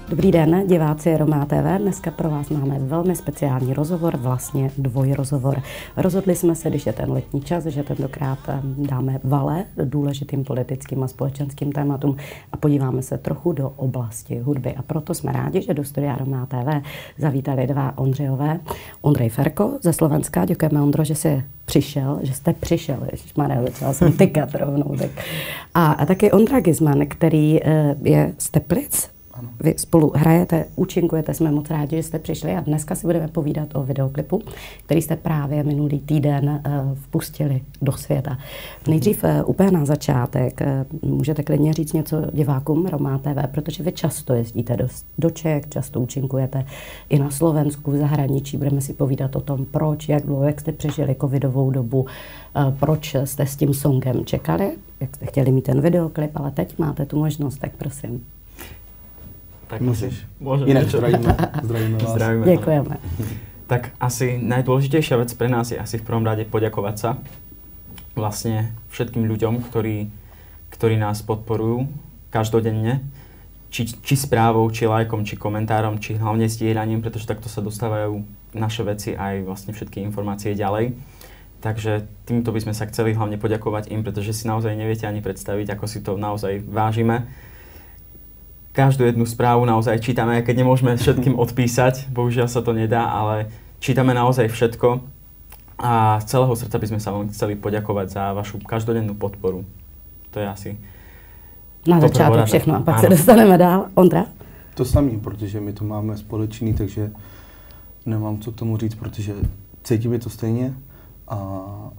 Dobrý den, diváci Romá TV. Dneska pro vás máme velmi speciální rozhovor, vlastně dvojrozhovor. Rozhodli jsme se, když je ten letní čas, že tentokrát dáme vale důležitým politickým a společenským tématům a podíváme se trochu do oblasti hudby. A proto jsme rádi, že do studia Romá TV zavítali dva Ondřejové. Ondřej Ferko ze Slovenska. Děkujeme, Ondro, že jsi přišel, že jste přišel. Ježišmarja, začala jsem tykat rovnou. Tak. A taky Ondra Gizman, který je z Teplic. Ano. Vy spolu hrajete, účinkujete, jsme moc rádi, že jste přišli a dneska si budeme povídat o videoklipu, který jste právě minulý týden vpustili do světa. Nejdřív úplně na začátek, můžete klidně říct něco divákům Romá TV, protože vy často jezdíte do Čech, často účinkujete i na Slovensku, v zahraničí, budeme si povídat o tom, proč, jak dlouho, jak jste přežili covidovou dobu, proč jste s tím songem čekali, jak jste chtěli mít ten videoklip, ale teď máte tu možnost, tak prosím. Tak musíš. Inak zdravíme vás. Děkujeme. Tak asi najdôležitejšia vec pre nás je asi v prvom rade poďakovať sa vlastne všetkým ľuďom, ktorí nás podporujú každodenne, či správou, či lajkom, či komentárom, či hlavne sdieľaním, pretože takto sa dostávajú naše veci aj vlastne všetky informácie ďalej. Takže týmto by sme sa chceli hlavne poďakovať im, pretože si naozaj neviete ani predstaviť, ako si to naozaj vážime. Každú jednu správu naozaj čítame, keď nemôžeme všetkým odpísať, bohužiaľ sa to nedá, ale čítame naozaj všetko a z celého srdca by sme sa vám chceli poďakovať za vašu každodennú podporu. To je asi na začátek všechno a pak se dostaneme dál. Ondra? To samý, protože my to máme společný, takže nemám co k tomu říct, protože cítíme to stejně a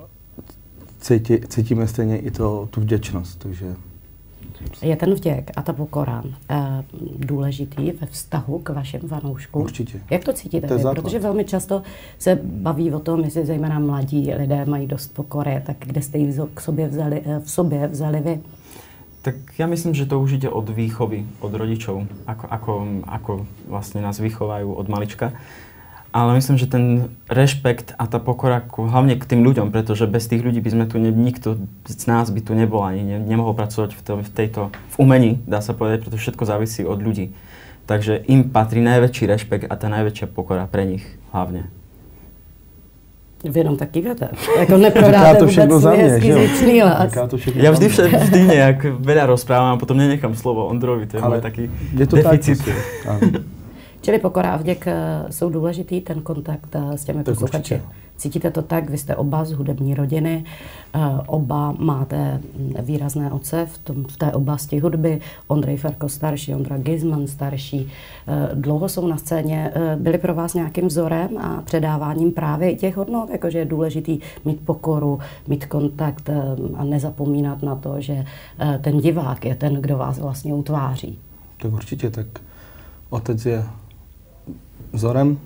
cítíme stejně i tu vděčnost, takže... Je ten vděk a ta pokora důležitý ve vztahu k vašim fanouškům? Určitě. Jak to cítíte vy? Protože velmi často se baví o tom, jestli zejména mladí lidé mají dost pokory, tak kde jste ji v sobě vzali vy? Tak ja myslím, že to už ide od výchovy, od rodičov, ako vlastne nás vychovajú od malička. Ale myslím, že ten rešpekt a tá pokora hlavne k tým ľuďom, pretože bez tých ľudí by sme tu nikto z nás by tu nebol ani nemohol pracovať v umení, dá sa povedať, pretože všetko závisí od ľudí. Takže im patrí najväčší rešpekt a tá najväčšia pokora pre nich hlavne. Vy jenom tak kývete. Jako neprodáte vůbec svůj hezký zvyčný hlas. Ja vždy nejak veľa rozprávam a potom nenechám slovo Ondrovi, to je môj taký deficit. Čili pokora a vděk jsou důležitý, ten kontakt s těmi posluchači. Cítíte to tak, vy jste oba z hudební rodiny, oba máte výrazné otce v té oblasti hudby, Ondřej Ferko starší, Ondra Gizman starší. Dlouho jsou na scéně, byli pro vás nějakým vzorem a předáváním právě i těch hodnot, jakože je důležitý mít pokoru, mít kontakt a nezapomínat na to, že ten divák je ten, kdo vás vlastně utváří. Tak určitě, tak otec je vzorem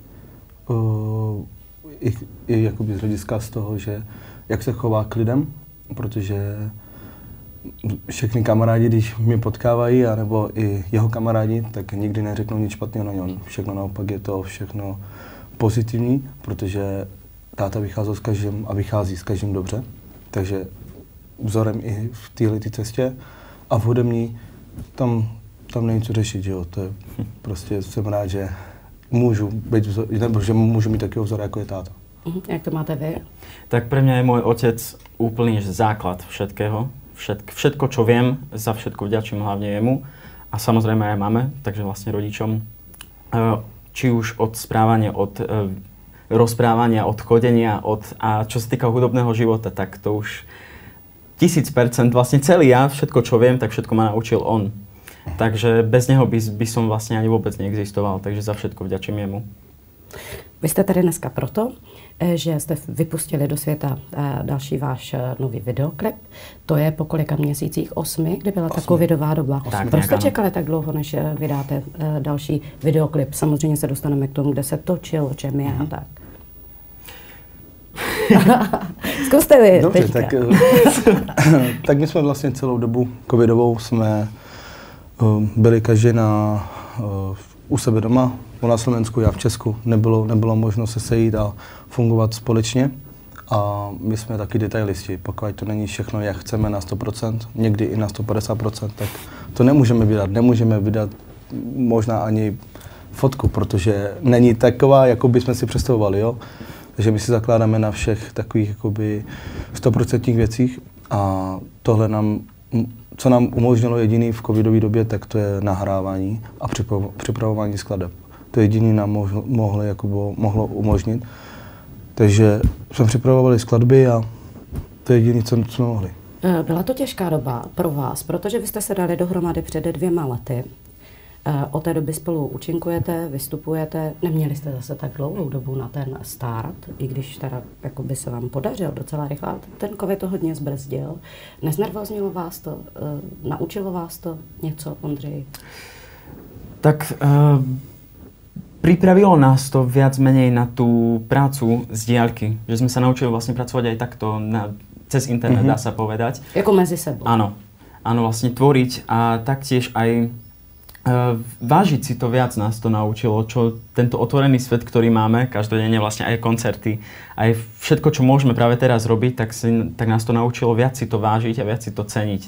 i jakoby z hlediska z toho, že jak se chová k lidem, protože všechny kamarádi, když mě potkávají, anebo i jeho kamarádi, tak nikdy neřeknou nic špatného na něm. Všechno naopak je to všechno pozitivní, protože táta vycházel s každým a vychází s každým dobře. Takže vzorem i v této cestě a v hudební tam není co řešit, že jo, to je prostě jsem rád, že můžu být vzor, nebo že můžu mít takového vzora, jako je táta. Jak to máte vy? Tak pre mňa je môj otec úplný základ všetkého. Všetko, čo viem, za všetko vďačím hlavne jemu a samozrejme aj mame, takže vlastne rodičom. Či už od správania, od rozprávania, od chodenia, a čo sa týka hudobného života, tak to už 1000%, vlastne celý ja, všetko, čo viem, tak všetko ma naučil on. Takže bez něho by som vlastně ani vůbec neexistoval, takže za všetko vďačím jemu. Vy jste tady dneska proto, že jste vypustili do světa další váš nový videoklip. To je po kolika měsících? 8, kdy byla ta covidová doba. Proč jste čekali tak dlouho, než vydáte další videoklip? Samozřejmě se dostaneme k tomu, kde se točil, o čem je a tak. Zkuste vy. Dobře, tak my jsme vlastně celou dobu covidovou jsme byli každý u sebe doma, na Slovensku, já v Česku. Nebylo možno se sejít a fungovat společně. A my jsme taky detailisti. Pokud to není všechno, jak chceme na 100%, někdy i na 150%, tak to nemůžeme vydat. Nemůžeme vydat možná ani fotku, protože není taková, jako bychom si představovali, jo. Takže my si zakládáme na všech takových jakoby 100% věcích a tohle co nám umožnilo jediný v covidové době, tak to je nahrávání a připravování skladeb. To jediný nám mohlo umožnit. Takže jsme připravovali skladby a to je jediné, co jsme mohli. Byla to těžká doba pro vás, protože vy jste se dali dohromady před 2 lety. Od té doby spolu účinkujete, vystupujete. Neměli jste zase tak dlouhou dobu na ten start, i když teda by se vám podařil docela rychle. Ten covid to hodně zbrzdil. Neznervoznilo vás to? Naučilo vás to něco, Ondřej? Tak pripravilo nás to viac menej na tú prácu z diaľky. Že sme sa naučili vlastne pracovať aj takto cez internet, dá sa povedať. Jako mezi sebou. Áno, vlastne tvoriť a taktiež aj vážiť si to viac nás to naučilo, čo tento otvorený svet, ktorý máme, každodenne vlastne aj koncerty, aj všetko, čo môžeme práve teraz robiť, tak nás to naučilo viac si to vážiť a viac si to ceniť.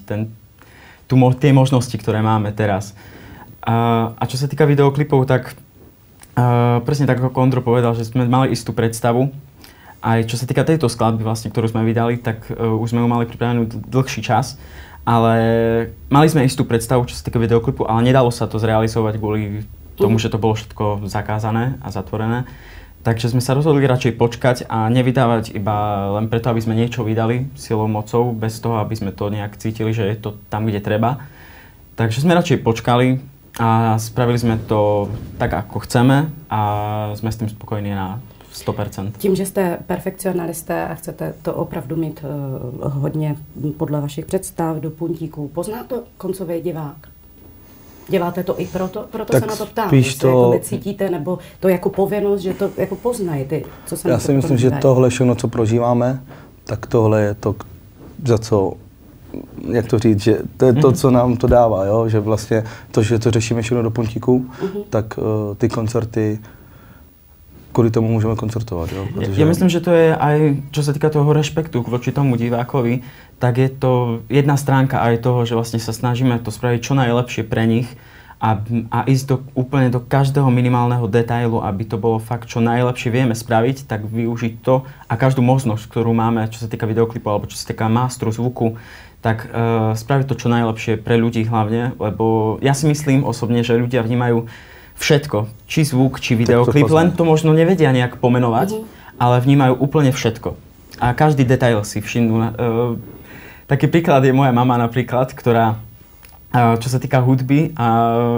Tie možnosti, ktoré máme teraz. A čo sa týka videoklipov, tak presne tak, ako Ondro povedal, že sme mali istú predstavu. Aj čo sa týka tejto skladby, vlastne, ktorú sme vydali, tak už sme ju mali pripravenú dlhší čas. Ale mali sme istú predstavu, čo sa týka videoklipu, ale nedalo sa to zrealizovať kvôli tomu, že to bolo všetko zakázané a zatvorené. Takže sme sa rozhodli radšej počkať a nevydávať iba len preto, aby sme niečo vydali silou mocou, bez toho, aby sme to nejak cítili, že je to tam, kde treba. Takže sme radšej počkali a spravili sme to tak, ako chceme a sme s tým spokojní na 100%. Tím, že jste perfekcionalisté a chcete to opravdu mít hodně podle vašich představ do puntíků, pozná to koncový divák? Děláte to i proto se na to ptám, že to cítíte, nebo to jako povinnost, že to jako poznají ty, co se na to Já si myslím, že tohle všechno, co prožíváme, tak tohle je to, za co, jak to říct, že to je to, co nám to dává, jo? Že vlastně to, že to řešíme všechno do puntíků, tak ty koncerty, kvôli tomu môžeme koncertovať. Jo? Ja myslím, že to je aj, čo sa týka toho rešpektu voči tomu divákovi, tak je to jedna stránka aj toho, že vlastne sa snažíme to spraviť čo najlepšie pre nich a ísť úplne do každého minimálneho detailu, aby to bolo fakt čo najlepšie vieme spraviť, tak využiť to a každú možnosť, ktorú máme, čo sa týka videoklipu alebo čo sa týka masteru, zvuku, tak spraviť to čo najlepšie pre ľudí hlavne, lebo ja si myslím osobne, že ľudia vnímajú všetko, či zvuk, či videoklip, len to možno nevedia nejak pomenovať, ale vnímajú úplne všetko. A každý detail si všimnú. Taký príklad je moja mama napríklad, ktorá, čo sa týka hudby a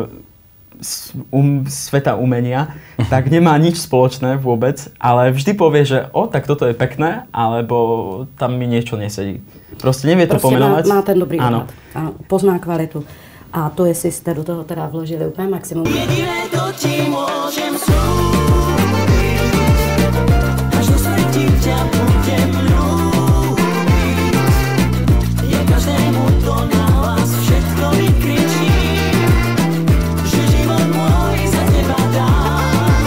sveta umenia, tak nemá nič spoločné vôbec, ale vždy povie, že tak toto je pekné, alebo tam mi niečo nesedí. Proste nevie to pomenovať. Má ten dobrý odhad. Pozná kvalitu. A to, jestli jste do toho teda vložili úplně maximum. Jediné to ti môžem slúbiť, až do smrti ťa budem ľúbiť. Ja každému to nahlas všetko vykričím, že život môj za teba dám.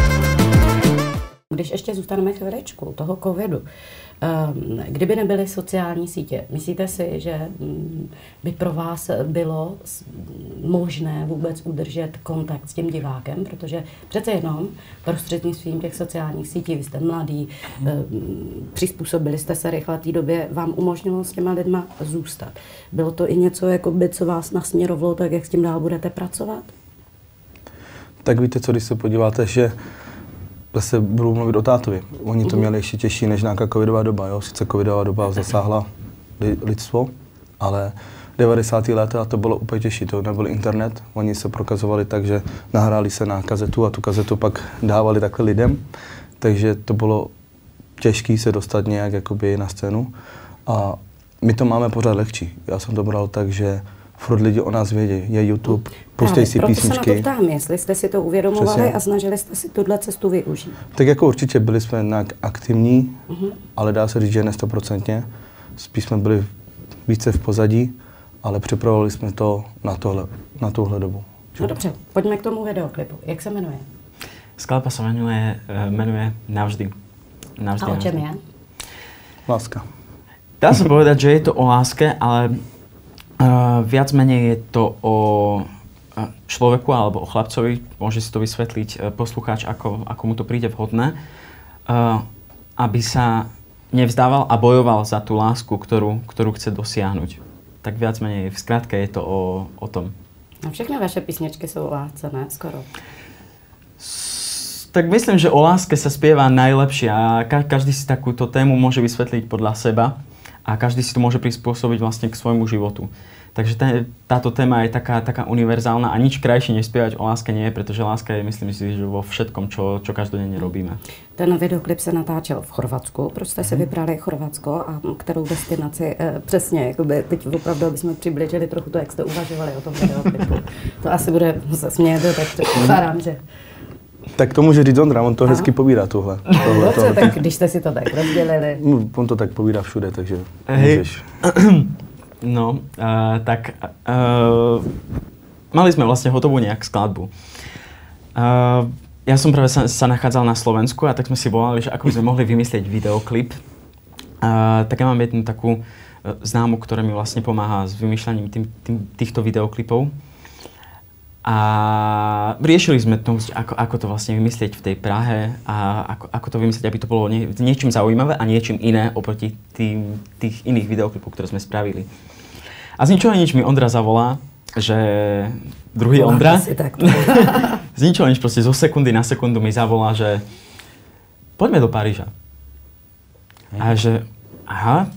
Když ještě zůstaneme chvíličku toho covidu, kdyby nebyly sociální sítě, myslíte si, že by pro vás bylo možné vůbec udržet kontakt s tím divákem? Protože přece jenom prostřednictvím těch sociálních sítí, vy jste mladý, přizpůsobili jste se rychle té době, vám umožnilo s těma lidma zůstat. Bylo to i něco, co vás nasměrovalo, tak jak s tím dál budete pracovat? Tak víte co, když se podíváte, že zase budu mluvit o tátovi. Oni to měli ještě těžší než nějaká covidová doba. Jo? Sice covidová doba zasáhla lidstvo, ale 90. léta to bylo úplně těžší. To nebyl internet, oni se prokazovali tak, že nahráli se na kazetu a tu kazetu pak dávali takhle lidem. Takže to bylo těžké se dostat nějak jakoby na scénu. A my to máme pořád lehčí. Já jsem to bral tak, že furt lidi o nás vědí, je YouTube, pustej si písničky. Proto se na to ptám, jestli jste si to uvědomovali a snažili jste si tuhle cestu využít. Tak jako určitě byli jsme nějak aktivní, ale dá se říct, že ne 100%. Spíš jsme byli více v pozadí, ale připravovali jsme to na tuhle dobu. No dobře, pojďme k tomu videoklipu. Jak se jmenuje? Skladba se jmenuje Navždy. A o čem je? Láska. Dá sa povedať, že je to o láske, ale viac menej je to o človeku alebo o chlapcovi, môže si to vysvetliť poslucháč, ako mu to príde vhodné, aby sa nevzdával a bojoval za tú lásku, ktorú chce dosiahnuť. Tak viac menej, v skratke je to o tom. A všechny vaše písničky jsou o lásce, ne? Skoro. Tak myslím, že o láske sa spieva najlepšie a každý si takúto tému môže vysvetliť podľa seba a každý si to môže prispôsobiť vlastne k svojmu životu. Takže táto téma je taká univerzálna a nič krajšie než spievať o láske nie je, pretože láska je, myslím si, že vo všetkom, čo každodenne robíme. Ten videoklip se natáčel v Chorvatsku. Proč jste si vybrali Chorvatsko a kterou destinaci přesně? Jakoby teď opravdu, aby jsme přiblížili trochu to, jak jste uvažovali o tom videoklipu. To asi bude se smět, tak předpokládám, že... Tak to může říct Ondra, on to hezky povídá tohle. Tak když jste si to tak rozdělili. On to tak povídá všude, takže můžeš. No, mali sme vlastne hotovú nejak skladbu. Ja som práve sa nachádzal na Slovensku a tak sme si volali, že ako by sme mohli vymyslieť videoklip. Tak ja mám jednu takú známu, ktorá mi vlastne pomáha s vymýšľaním týchto videoklipov. A riešili sme to, ako to vlastne vymyslieť v tej Prahe a ako to vymyslieť, aby to bolo niečím zaujímavé a niečím iné oproti tých iných videoklipov, ktoré sme spravili. A z ničoho nič mi Ondra zavolá, že druhý Ondra, z ničoho nič proste zo sekundy na sekundu mi zavolá, že poďme do Paríža. A že aha.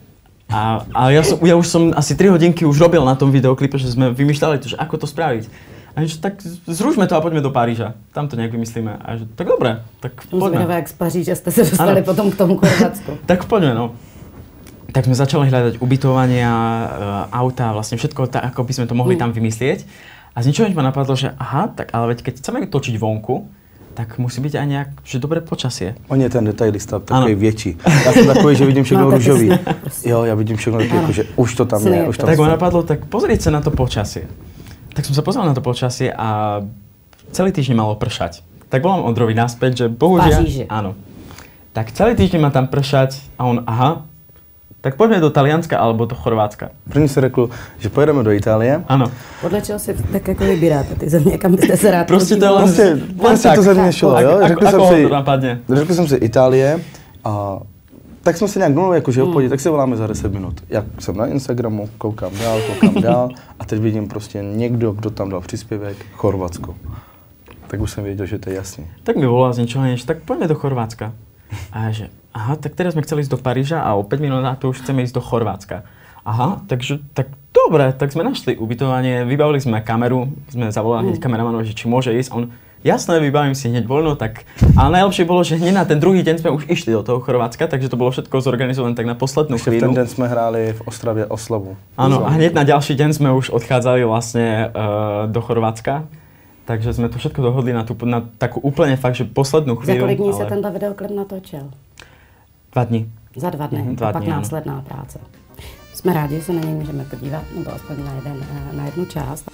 A ja už som asi 3 hodinky už robil na tom videoklipe, že sme vymýšľali to, že ako to spraviť. A že tak zrušme to a poďme do Paríža. Tam to nejak vymyslíme. A že tak dobre, tak poďme. Zvědavé, jak z Paříže ste sa dostali potom k tomu Chorvatsku. Tak poďme, no. Tak sme začali hľadať ubytovania, auta, vlastne všetko, ako by sme to mohli tam vymyslieť. A z ničoho ma napadlo, že aha, tak ale veď keď chceme točiť vonku, tak musí byť aj nejak, že dobré počasie. On je ten detailista takový větší. Já jsem takový, že vidím všechno růžový. Jo, já vidím všechno takový, jako, že už to tam je. Už tam tak ma napadlo, tak pozrieť sa na to počasie. Tak som sa pozrel na to počasie a celý týždeň malo pršať. Tak volám Ondrovi naspäť, že bohužiaľ... Áno. Tak celý týždeň má tam pršať a on, aha, tak poďme do Talianska alebo do Chorvátska. První se řekl, že pojedeme do Itálie. Ano. Podle čeho si tak jako vybíráte ty země, kam byste se rád prostě to je prostě to země šlo, jo? Řekl jsem si Itálie a tak jsme se nějak domluvili, jako že jo, tak si voláme za 10 minut. Já jsem na Instagramu, koukám dál a teď vidím prostě někdo, kdo tam dal příspěvek, Chorvatsko. Tak už jsem věděl, že to je jasný. Tak mi volal z ničoho nič, tak poďme do Chorvátska. A že, aha, tak teraz sme chceli ísť do Paríža a o 5 minút na to už chceme ísť do Chorvátska. Aha, takže, tak dobre, tak sme našli ubytovanie, vybavili sme kameru, sme zavolali hneď kameramanovi, že či môže ísť. On, jasné, vybavím si hneď voľno, tak... Ale najlepšie bolo, že hneď na ten druhý deň sme už išli do toho Chorvátska, takže to bolo všetko zorganizované tak na poslednú chvíľu. V ten deň sme hráli v Ostravě oslavu. Áno, a hneď na ďalší deň sme už odchádzali vlastne do Chorvátska. Takže sme to všetko dohodli na takú úplne fakt, že poslednú chvíľu. Za kolik dní se tento videoklip natočil? 2 dny. Za 2 dny, a pak následná práce. Jsme rádi, že se na něj můžeme podívat, nebo aspoň na jednu část.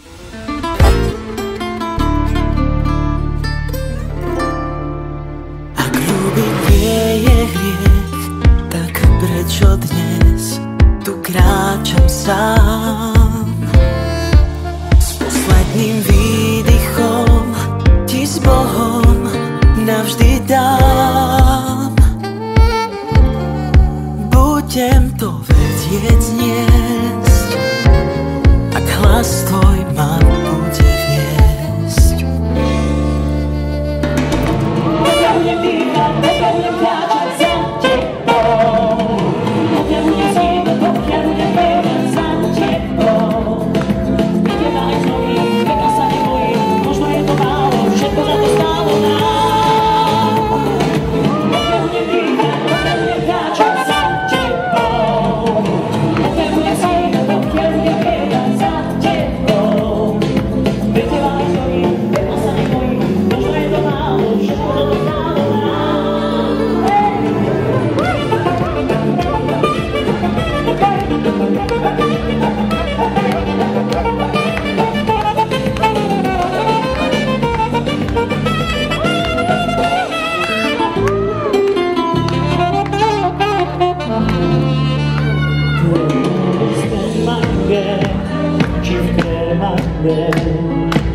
Ak ľúbiť nie je hriech, tak prečo dnes tu kráčam sám? S posledným výdychom ti s Bohom navždy dám. Budem to vedieť niesť, ak hlas tvoj ma bude viesť. Budem dýchať, budem kráčať za tebou, budem nezíť, pokiaľ budem bežať za tebou. Vidieť aj z nových, veka sa nebojím, možno je to málo, všetko za to stálo nám. Budem dýchať, budem kráčať za tebou, budem nezíť, pokiaľ budem bežať za tebou. Vidieť aj z nových, veka sa nebojím, možno je to málo, všetko za to stálo nám. Ci w kremach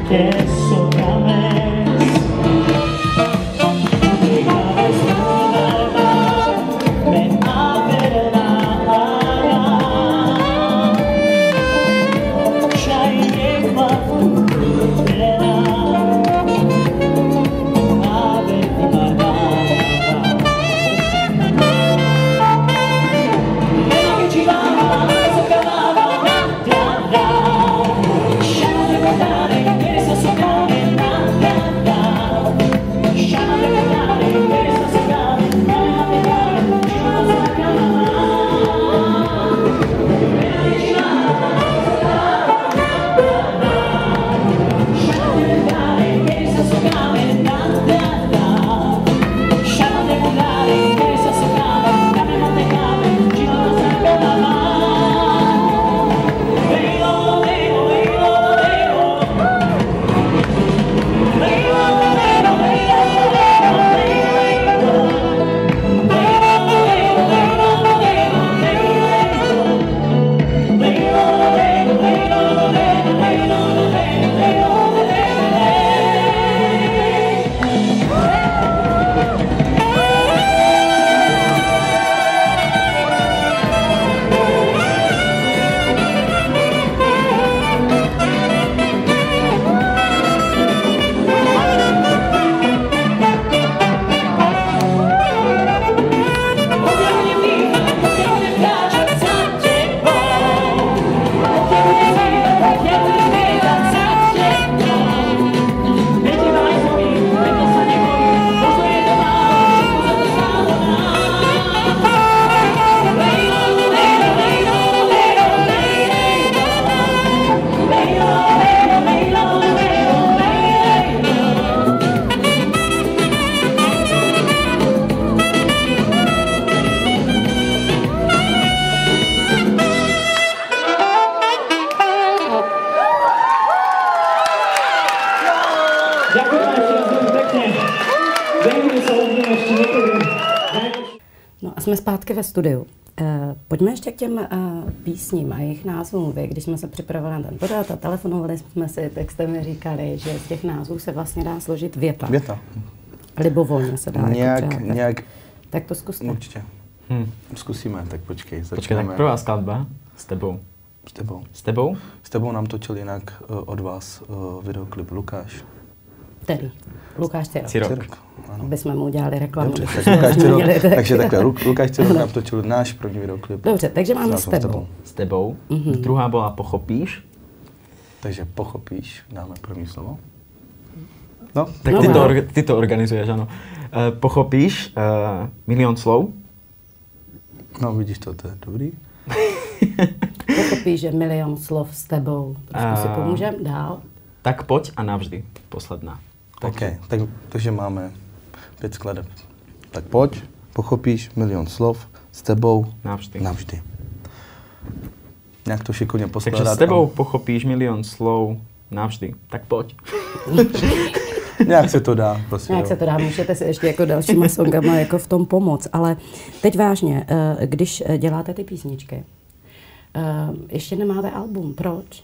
zpátky ve studiu. Pojďme ještě k těm písním a jejich názvům. Vy, když jsme se připravovali na ten pořad a telefonovali jsme si, tak jste mi říkali, že z těch názvů se vlastně dá složit věta. Věta. Libovolně se dá. Nějak. Tak to zkuste. Určitě. Zkusíme, tak počkej. Počkej, tak prvá skladba s tebou. S tebou. S tebou? S tebou nám točil jinak od vás videoklip Lukáš. Tedy. Lukáš Cirok. Aby jsme mu udělali reklamu. Dobře, tak Lukáš Cirok, takže takhle, Lukáš Cirok nám točil náš první videoklip. Dobře, takže máme s tebou. S tebou. Druhá byla Pochopíš. Takže Pochopíš, dáme první slovo. No. Tak ty to organizuješ, ano. Pochopíš, Milion slov. No, vidíš to je dobrý. Pochopíš, že Milion slov s tebou. Trošku si pomůžem dál. Tak pojď a navždy. Posledná. Takže máme 5 skladeb. Tak pojď, Pochopíš, Milion slov s tebou navždy. Nějak to šikovně poskládat. Takže s tebou pochopíš Milion slov navždy. Tak pojď. Nějak se to dá, prosím. Nějak se to dá, můžete si ještě jako dalšíma songama jako v tom pomoct. Ale teď vážně, když děláte ty písničky, ještě nemáte album, proč?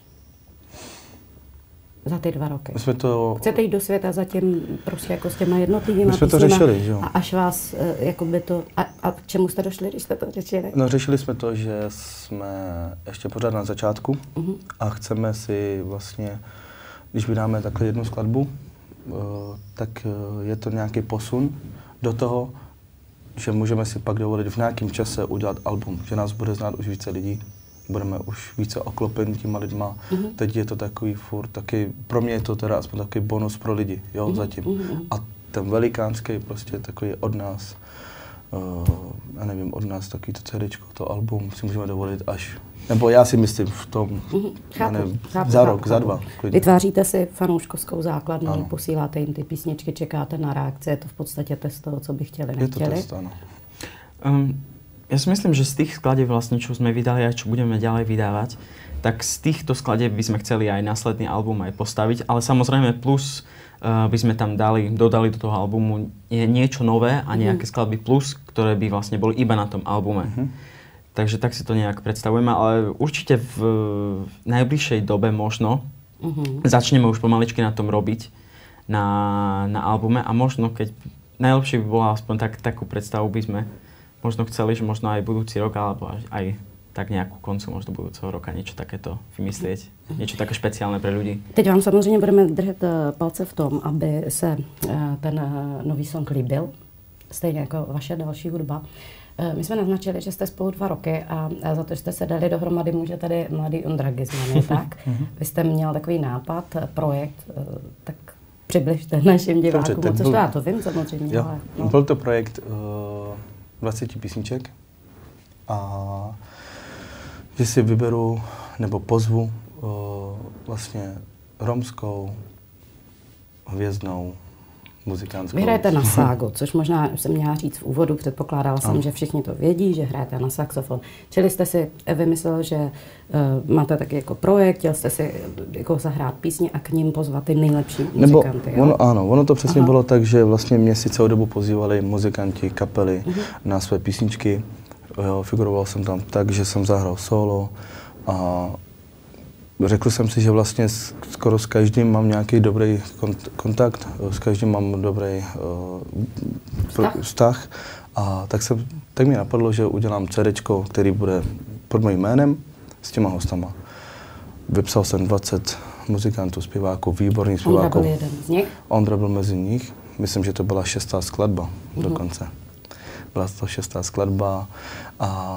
Za ty 2 roky. Chcete jít do světa zatím prostě jako s těma jednotlivýma písněma? My jsme to řešili, že jo. A až vás jakoby to... A k čemu jste došli, když jste to řešili? No řešili jsme to, že jsme ještě pořád na začátku a chceme si vlastně, když vydáme takhle jednu skladbu, tak je to nějaký posun do toho, že můžeme si pak dovolit v nějakém čase udělat album, že nás bude znát už více lidí. Budeme už více oklopeni těma lidma. Teď je to takový furt, pro mě je to teda aspoň takový bonus pro lidi, jo, zatím. A ten velikánský prostě takový od nás, já nevím, od nás takový to CDčko, to album si můžeme dovolit až, nebo já si myslím v tom, chápu, za rok, za 2. Klidně. Vytváříte si fanouškovskou základnu, posíláte jim ty písničky, čekáte na reakce, je to v podstatě test toho, co by chtěli, nechtěli? Je to test, áno. Ja si myslím, že z tých skladieb vlastne, čo sme vydali a čo budeme ďalej vydávať, tak z týchto skladieb by sme chceli aj následný album aj postaviť, ale samozrejme plus by sme tam dodali do toho albumu niečo nové a nejaké skladby plus, ktoré by vlastne boli iba na tom albume. Takže tak si to nejak predstavujeme, ale určite v najbližšej dobe možno začneme už pomaličky na tom robiť na albume a možno keď najlepšie by bola aspoň takú predstavu by sme možno chceli, že možno aj budúci rok, alebo aj tak nejakú koncu možno budúceho roka niečo takéto vymyslieť. Niečo také špeciálne pre ľudí. Teď vám samozřejmě budeme držet palce v tom, aby se ten nový song líbil, stejně jako vaše další hudba. My jsme naznačili, že jste spolu 2 roky a za to, že jste se dali dohromady, může tady mladý Ondra Gizman, je tak? Vy jste měl takový nápad, projekt, tak přibližte našim divákům, což to já to vím samozřejmě. Jo, ale, no. Byl to projekt 20 písniček a že si vyberu nebo pozvu vlastně romskou hvězdnou muzikánskou. Vy hrajete na ságo, což možná jsem měla říct v úvodu, předpokládala jsem, že všichni to vědí, že hrajete na saxofon. Čili jste si vymyslel, že máte taky jako projekt, chtěl jste si jako zahrát písně a k ním pozvat ty nejlepší muzikanty. Nebo ono to přesně bylo tak, že vlastně mě si celou dobu pozývali muzikanti, kapely na své písničky. Figuroval jsem tam tak, že jsem zahrál solo a řekl jsem si, že vlastně skoro s každým mám nějaký dobrý kontakt, s každým mám dobrý vztah. A tak mi napadlo, že udělám CDčko, který bude pod mým jménem s těma hostama. Vypsal jsem 20 muzikantů, zpěváků, výborných zpěváků. Ondra byl jeden z nich? Ondra byl mezi nich. Myslím, že to byla 6. skladba dokonce. Byla to 6. skladba a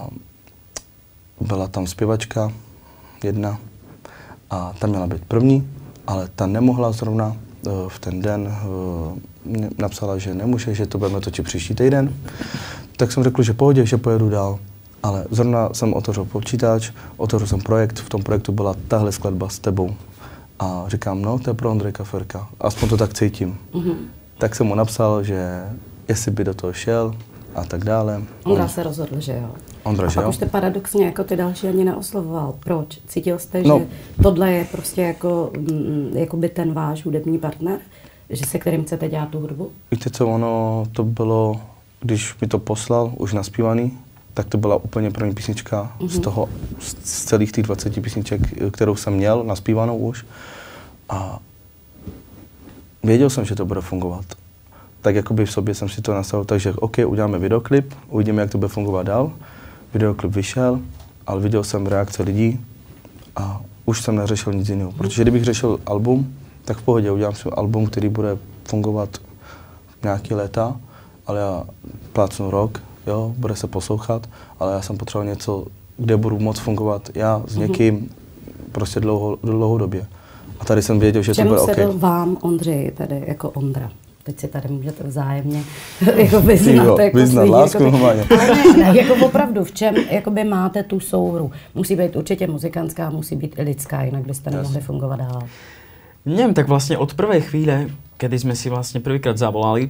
byla tam zpěvačka jedna. A ta měla být první, ale ta nemohla zrovna v ten den, napsala, že nemůže, že to budeme točit příští týden. Tak jsem řekl, že pohodě, že pojedu dál. Ale zrovna jsem otevřel počítač, otevřel jsem projekt, v tom projektu byla tahle skladba s tebou. A říkám, no, to je pro Ondřejka Ferka, aspoň to tak cítím. Tak jsem mu napsal, že jestli by do toho šel a tak dále. Ondra se rozhodl, že jo. Ondra, že jo. A pak už jste paradoxně jako ty další ani neoslovoval. Proč? Cítil jste, že tohle je prostě jako by ten váš hudební partner? Že se kterým chcete dělat tu hudbu? Víte co, ono to bylo, když mi to poslal, už naspívaný, tak to byla úplně první písnička z celých těch 20 písniček, kterou jsem měl naspívanou už. A věděl jsem, že to bude fungovat. Tak jakoby v sobě jsem si to nastavil, takže OK, uděláme videoklip, uvidíme, jak to bude fungovat dál. Videoklip vyšel, ale viděl jsem reakce lidí a už jsem neřešil nic jiného. Protože kdybych řešil album, tak v pohodě udělám si album, který bude fungovat nějaký léta, ale já plácnu rok, jo, bude se poslouchat, ale já jsem potřeboval něco, kde budu moc fungovat já s někým prostě dlouhodobě. A tady jsem věděl, že to bude OK. Čemu se vám, Ondřej, tedy jako Ondra? Teď si tady můžete vzájemně jako vyznat. Vyznat lásku normálně. Ne, jako opravdu, v čem jakoby máte tu souhru? Musí být určitě muzikantská, musí být i lidská, jinak byste nemohli fungovat dál. Neviem, tak vlastne od prvej chvíle, kedy sme si vlastne prvýkrát zavolali,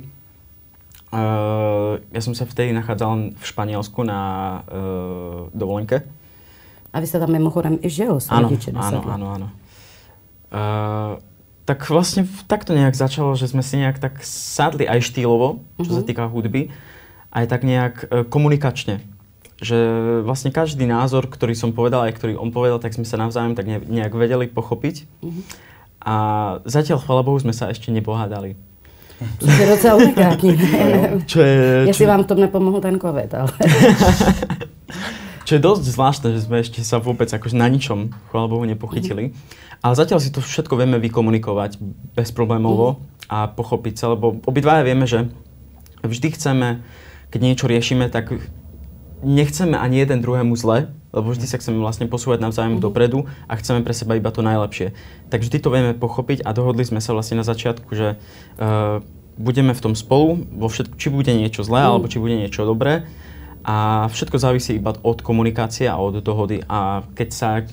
ja som sa vtedy nachádzal v Španielsku na dovolenke. A vy ste tam mimochodem i žil s rodiči 10 let. Áno. Tak vlastne takto nejak začalo, že sme si nejak tak sadli aj štýlovo, čo sa týka hudby, aj tak nejak komunikačne. Že vlastne každý názor, ktorý som povedal, aj ktorý on povedal, tak sme sa navzájom tak nejak vedeli pochopiť. A zatiaľ, chvála Bohu, sme sa ešte nepohádali. To je docela unikátní. Jestli vám v tom nepomohl ten covid, ale... Čo je dosť zvláštne, že sme ešte sa vôbec akože na ničom, chvála Bohu, nepochytili. Ale zatiaľ si to všetko vieme vykomunikovať bezproblémovo a pochopiť sa, lebo obidvaja vieme, že vždy chceme, keď niečo riešime, tak nechceme ani jeden druhému zle, lebo vždy sa chceme vlastne posúvať navzájom dopredu a chceme pre seba iba to najlepšie. Tak vždy to vieme pochopiť a dohodli sme sa vlastne na začiatku, že budeme v tom spolu, či bude niečo zlé, alebo či bude niečo dobré. A všetko závisí iba od komunikácie a od dohody. A keď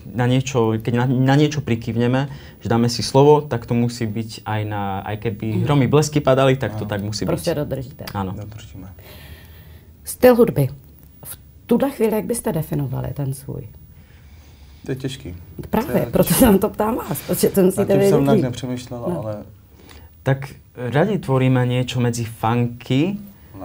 na niečo prikyvneme, že dáme si slovo, tak to musí byť aj keby hromy blesky padali, tak to tak musí byť. Prostě dodržíte. Áno. Dodržíme. Styl hudby. V tuhle chvíli, jak byste definovali ten svůj? To je těžký. Právě, proto se na to ptám vás, protože to musíte vědět. jsem tak nepřemýšlela, ale... Tak radi tvoríme niečo medzi funky,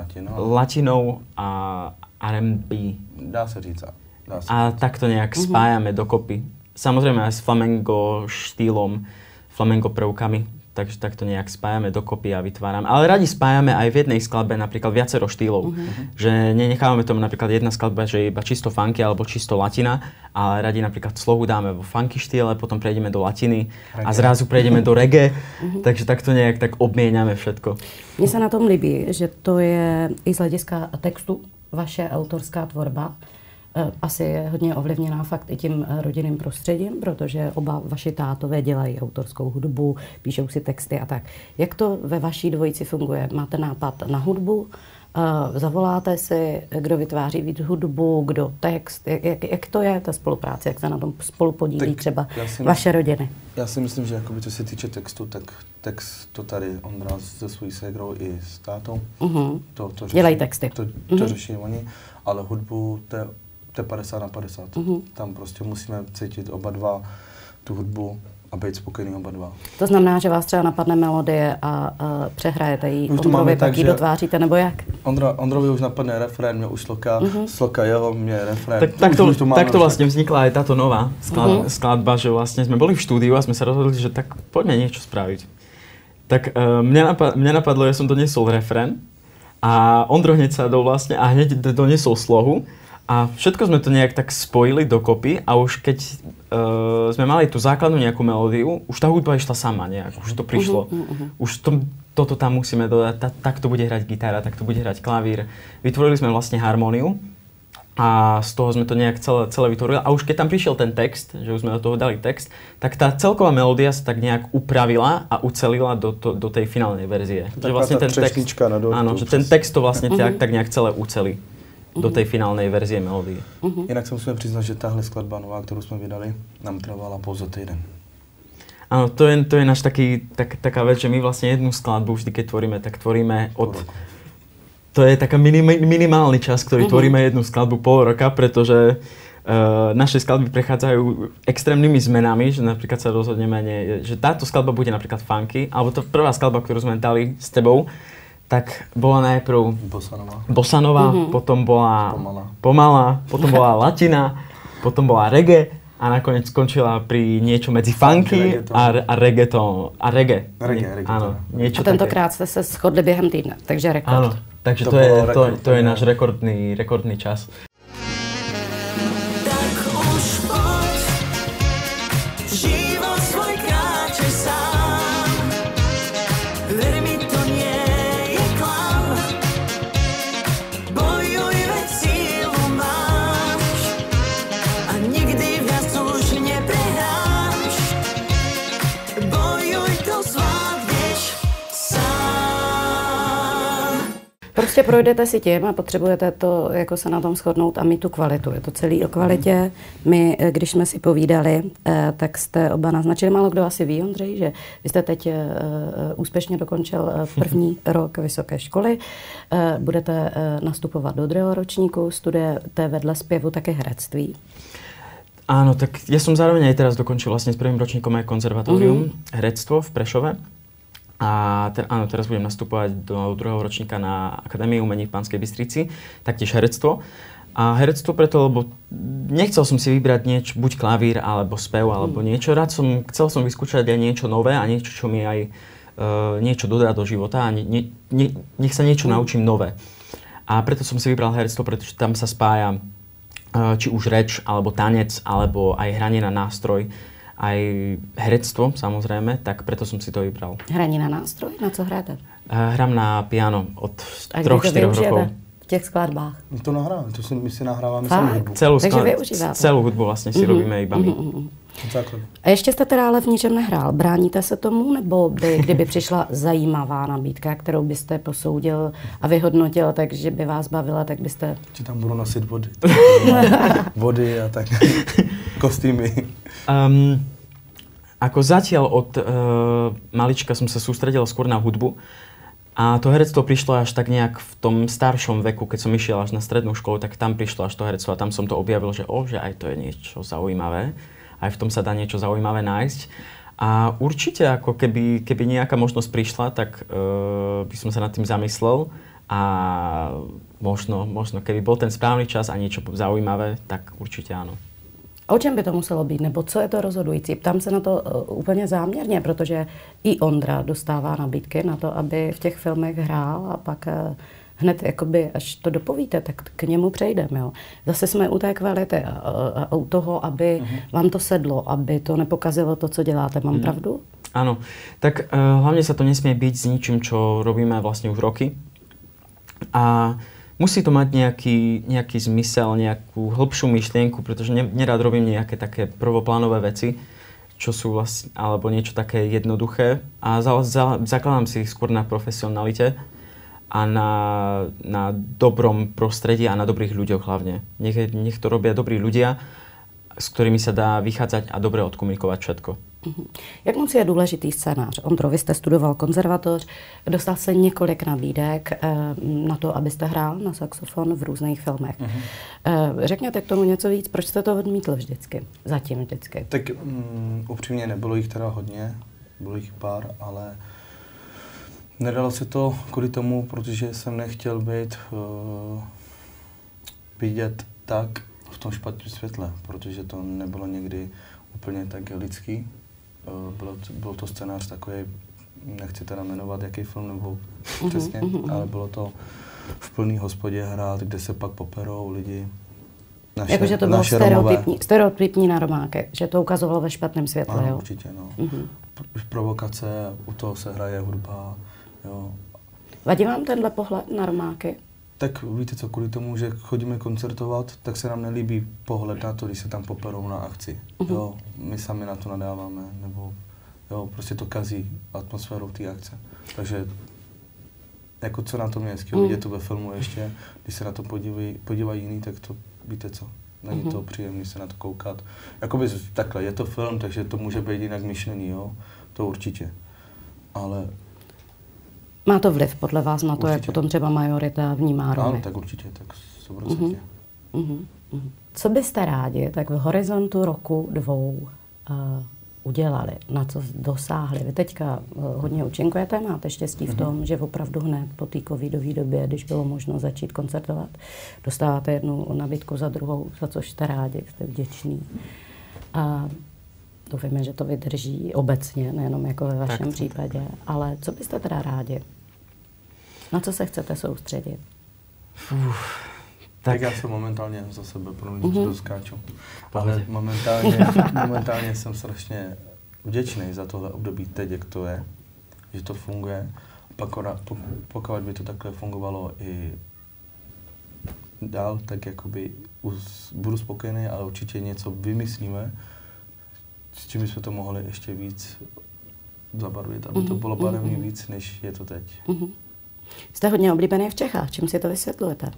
latinou a R&B. Dá se říct. A tak to nejak spájame dokopy. Samozrejme aj s flamengo štýlom, flamengo prvkami, takže tak to nejak spájame dokopy a vytvárame. Ale radi spájame aj v jednej skladbe napríklad viacero štýlov. Že nenechávame tomu napríklad jedna skladba, že je iba čisto funky alebo čisto latina, ale radi napríklad slohu dáme vo funky štýle, potom prejdeme do latiny a zrazu prejdeme do reggae. Takže tak to nejak tak obmieniame všetko. Mně se na tom líbí, že to je i z hlediska textu vaše autorská tvorba. Asi je hodně ovlivněná fakt i tím rodinným prostředím, protože oba vaši tátové dělají autorskou hudbu, píšou si texty a tak. Jak to ve vaší dvojici funguje? Máte nápad na hudbu? Zavoláte si, kdo vytváří víc hudbu, kdo text? Jak to je, ta spolupráce? Jak se na tom spolu podílí třeba vaše rodiny? Já si myslím, že jakoby, co se týče textu, tak text to tady Ondra se svojí ségrou i s tátou. To řeší, dělají texty. To řeší oni, ale hudbu to je 50 na 50. Tam prostě musíme cítit oba dva tu hudbu a být spokojený oba dva. To znamená, že vás třeba napadne melodie a přehrajete ji, Ondrovi pak ji dotváříte, nebo jak? Ondrovi už napadne refrén, mě už sloka jeho, mě refrén. Tak to vlastne vznikla aj táto nová skladba, že vlastne sme boli v štúdiu a sme sa rozhodli, že tak poďme niečo spraviť. Tak mňa napadlo, ja som doniesol refrén a Ondro hneď sa a hneď doniesol slohu. A všetko sme to nejak tak spojili dokopy a už keď sme mali tú základnú nejakú melódiu, už tá hudba išla sama nejak, už to prišlo. Už toto tam musíme dodať, tak to bude hrať gitara, tak to bude hrať klavír. Vytvorili sme vlastne harmóniu a z toho sme to nejak celé vytvorili. A už keď tam prišiel ten text, že už sme do toho dali text, tak tá celková melódia sa tak nejak upravila a ucelila do tej finálnej verzie. Že vlastne ten text, áno, že ten text to vlastne tak nejak celé ucelí do tej finálnej verzie melódie. Jinak se musíme přiznat, že tahle skladba nová, kterou jsme vydali, nám trvala pouze týden. Áno, to je náš taká vec, že my vlastne jednu skladbu vždy, keď tvoríme, tak tvoríme to je taká minimálny čas, ktorý tvoríme jednu skladbu pol roka, pretože naše skladby prechádzajú extrémnymi zmenami, že napríklad sa rozhodneme, že táto skladba bude napríklad funky, alebo to prvá skladba, ktorú sme dali s tebou, tak bola najprv Bosanová, potom bola Pomalá. potom bola latina, potom bola reggae a nakoniec skončila pri niečo medzi funky a reggaeton. A reggae. Áno, niečo a tentokrát jste se shodli během týdne, takže rekord. Áno, takže to je náš rekordný čas. Prostě projdete si tím a potřebujete to, jako se na tom shodnout a mít tu kvalitu. Je to celý o kvalitě. My, když jsme si povídali, tak jste oba naznačili, málo kdo asi ví, Ondřej, že vy jste teď úspěšně dokončil první rok vysoké školy. Budete nastupovat do druhého ročníku, studujete vedle zpěvu také herectví. Áno, tak ja som zároveň aj teraz dokončil vlastne s prvým ročníkom aj konzervatórium herectvo v Prešove. A áno, teraz budem nastupovať do druhého ročníka na Akadémii umení v Banskej Bystrici, taktiež herectvo. A herectvo preto, lebo nechcel som si vybrať niečo, buď klavír, alebo spev, alebo niečo. Chcel som vyskúšať aj niečo nové a niečo, čo mi aj niečo dodá do života a nech sa niečo naučím nové. A preto som si vybral herectvo, pretože tam sa spája či už reč, alebo tanec, alebo aj hranie na nástroj, aj herectvo, samozrejme, tak preto som si to vybral. Hraní na nástroj? Na co hrajete? Hrám na piano od 3-4 rokov. V těch skladbách? My to nahráváme, my si nahráváme sami hudbu. Celú hudbu vlastne si robíme iba my. A ještě jste teda ale v ničem nehrál. Bráníte se tomu, nebo kdyby přišla zajímavá nabídka, kterou byste posoudil a vyhodnotil, takže by vás bavila, tak byste... Či tam budu nosit vody. Vody a tak. Kostýmy. Ako zatiaľ od malička som sa sústredil skôr na hudbu. A to herectvo prišlo až tak nejak v tom staršom veku, keď som išiel až na strednú školu, tak tam prišlo až to herectvo a tam som to objavil, že aj to je niečo zaujímavé. Aj v tom sa dá niečo zaujímavé nájsť. A určite, ako keby nejaká možnosť prišla, tak by som sa nad tým zamyslel a možno keby bol ten správny čas a niečo zaujímavé, tak určite áno. O čem by to muselo být, nebo co je to rozhodující? Ptám se na to úplně záměrně, protože i Ondra dostává nabídky na to, aby v těch filmech hrál a pak hned, jakoby, až to dopovíte, tak k němu přejdeme. Jo. Zase jsme u té kvality a u toho, aby vám to sedlo, aby to nepokazilo to, co děláte. Mám pravdu? Áno. Tak hlavne sa to nesmie byť s ničím, čo robíme vlastne už roky. A musí to mať nejaký zmysel, nejakú hĺbšiu myšlienku, pretože nerád robím nejaké také prvoplánové veci, čo sú vlastne, alebo niečo také jednoduché. A zakladám si ich skôr na profesionalite a na dobrom prostredí a na dobrých ľuďoch hlavne. Nech to robia dobrí ľudia, s ktorými sa dá vychádzať a dobre odkomunikovať všetko. Jak moc je důležitý scénář? Ondro, vy jste studoval konzervatoř, dostal se několik nabídek na to, abyste hrál na saxofon v různých filmech. Řekněte k tomu něco víc, proč jste to odmítl vždycky? Zatím vždycky. Tak upřímně nebylo jich teda hodně, bylo jich pár, ale nedalo se to kvůli tomu, protože jsem nechtěl být vidět tak v tom špatném světle, protože to nebylo někdy úplně tak lidský. Byl to scénář takový, nechci teda jmenovat, jaký film nebo přesně, ale bylo to v plný hospodě hrát, kde se pak poperou lidi. Jakože to bylo stereotypní na Romáky, že to ukazovalo ve špatném světle, ano, jo? Určitě, no. Provokace, u toho se hraje hudba, jo. Vadí vám tenhle pohled na Romáky? Tak víte co, kvůli tomu, že chodíme koncertovat, tak se nám nelíbí pohled na to, když se tam poperou na akci. Jo, my sami na to nadáváme, nebo jo, prostě to kazí atmosférou té akce. Takže jako co na tom je hezký, vidět to ve filmu ještě, když se na to podívají jiný, tak to víte co, není to příjemné se na to koukat. Jakoby takhle, je to film, takže to může být jinak myšlený, jo, to určitě, ale... Má to vliv podle vás na to, určitě. Jak potom třeba majorita vnímá roli? Ano, tak určitě, tak 100%. Co byste rádi, tak v horizontu roku, 2 udělali, na co dosáhli. Vy teďka hodně účinkujete, máte štěstí v tom, že opravdu hned po té covidové době, když bylo možno začít koncertovat, dostáváte jednu nabídku za druhou, za což jste rádi, jste vděční. A doufejme, že to vydrží obecně, nejenom jako ve vašem případě. Ale co byste teda rádi? Na co se chcete soustředit? Tak já jsem momentálně za sebe doskáču. Ale momentálně jsem strašně vděčný za tohle období teď, jak to je, že to funguje. Pokud by to takhle fungovalo i dál, tak jakoby budu spokojený, ale určitě něco vymyslíme, s čím bychom to mohli ještě víc zabarvit, aby to bylo barevný víc, než je to teď. Jste hodně oblíbený v Čechách, čím si to vysvětlujete?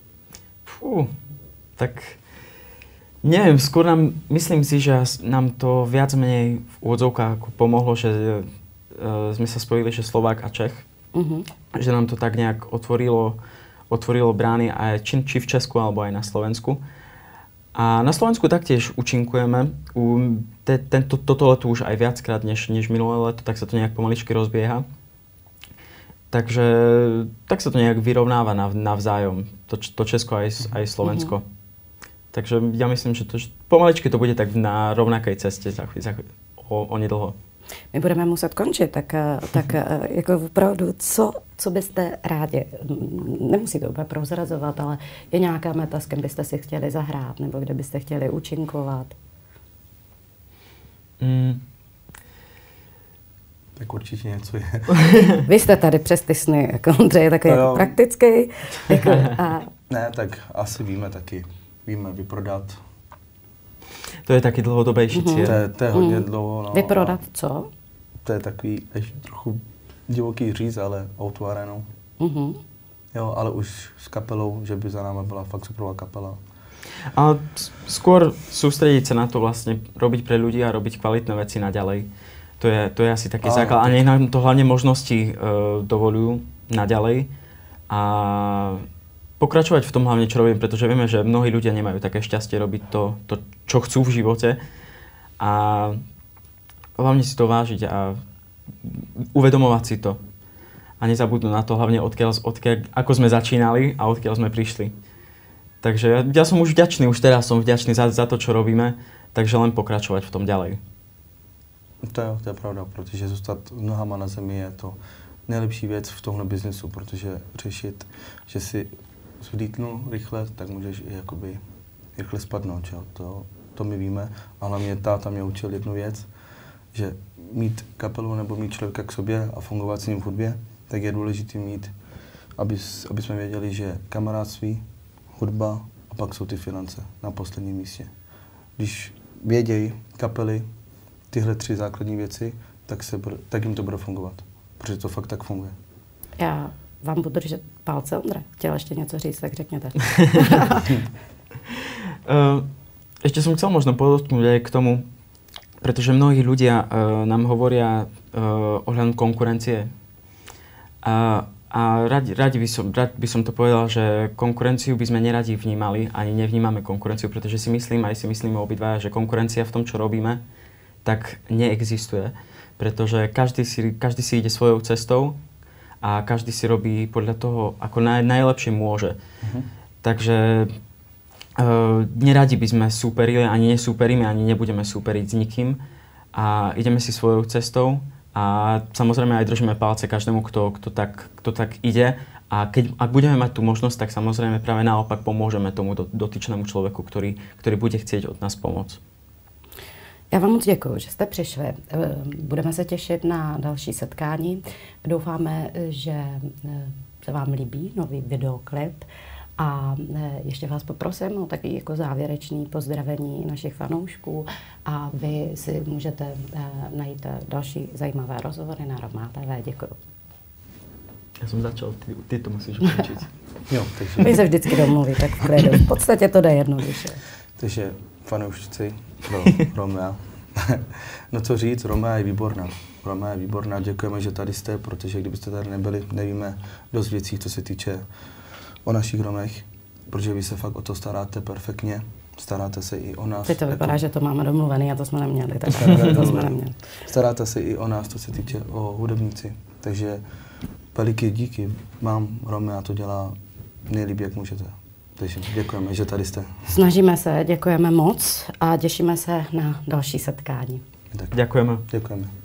Tak neviem, skôr myslím si, že nám to viac menej v úvodzovkách pomohlo, že sme sa spojili, že Slovák a Čech. Že nám to tak nejak otvorilo brány aj či v Česku, alebo aj na Slovensku. A na Slovensku taktiež účinkujeme. Toto leto už aj viackrát než minulé leto, tak sa to nejak pomaličky rozbieha. Takže tak sa to nejak vyrovnáva navzájom, to Česko aj Slovensko. Takže ja myslím, že pomaličky to bude tak na rovnakej ceste onedlho. My budeme muset končit, tak jako opravdu, co byste rádi, nemusíte úplně prozrazovat, ale je nějaká meta, s kým byste si chtěli zahrát, nebo kde byste chtěli účinkovat? Tak určitě něco je. Vy jste tady přes ty sny, jako Ondřej je takový jako praktický. Ne, tak asi víme vyprodat. To je taky dlhodobější cíl. To je hodně dlouho. No, vyprodat co? To je takový ještě trochu divoký říct, ale auto arenou. Jo, ale už s kapelou, že by za náma byla fakt superová kapela. A skôr sústrediť sa na to vlastne robiť pre ľudí a robiť kvalitné veci naďalej. To je asi taký základ. A nech nám to hlavne možnosti dovolujú naďalej. A pokračovať v tom hlavne, čo robím, pretože vieme, že mnohí ľudia nemajú také šťastie robiť to, čo chcú v živote. A hlavne si to vážiť a uvedomovať si to. A nezabudnúť na to hlavne ako sme začínali a odkiaľ sme prišli. Takže ja som už vďačný, už teraz som vďačný za to, čo robíme, takže len pokračovať v tom ďalej. To je pravda, protože zůstat nohama na zemi je to nejlepší věc v tomhle biznesu, protože řešit, že si zvlítnul rychle, tak můžeš i jakoby rychle spadnout, že? To my víme. A hlavně táta mě učil jednu věc, že mít kapelu nebo mít člověka k sobě a fungovat s ním v hudbě, tak je důležité mít, aby jsme věděli, že kamarádství, hudba a pak jsou ty finance na posledním místě. Když vědějí kapely tyhle 3 základní věci, tak jim to bude fungovat, protože to fakt tak funguje. Já vám budu držet palce, Ondra. Chtěla ještě něco říct, tak řekněte. Ešte som chcel možno podotknúť aj k tomu, pretože mnohí ľudia nám hovoria ohľadom konkurencie. A rád by som to povedal, že konkurenciu by sme neradi vnímali, ani nevnímame konkurenciu, pretože si myslíme obidvaja, že konkurencia v tom, čo robíme, tak neexistuje, pretože každý si ide svojou cestou a každý si robí podľa toho, ako najlepšie môže. Takže neradi by sme súperili, ani nesúperíme, ani nebudeme súperiť s nikým a ideme si svojou cestou a samozrejme aj držíme palce každému, kto tak ide a ak budeme mať tú možnosť, tak samozrejme práve naopak pomôžeme tomu dotyčnému človeku, ktorý bude chcieť od nás pomôcť. Já vám moc děkuji, že jste přišli. Budeme se těšit na další setkání. Doufáme, že se vám líbí nový videoklip. A ještě vás poprosím o takový jako závěrečný pozdravení našich fanoušků a vy si můžete najít další zajímavé rozhovory na Roma TV. Děkuji. Já jsem začal, ty to musíš ukončit. Jo, takže... Vy se vždycky domluví, tak v klidu. V podstatě to jde jednoduše. Takže fanoušci pro Romea. No co říct, Romea je výborná. Romea je výborná, děkujeme, že tady jste, protože kdybyste tady nebyli, nevíme dost věcí, co se týče o našich Romech, protože vy se fakt o to staráte perfektně. staráte se i o nás. Teď to vypadá, že to máme domluvený a to jsme neměli. Tak to jsme neměli. Staráte se i o nás, to se týče o hudebníci. Takže veliký díky vám, Romea to dělá nejlíp, jak můžete. Takže děkujeme, že tady jste. Snažíme se, děkujeme moc a těšíme se na další setkání. Děkujeme. Děkujeme.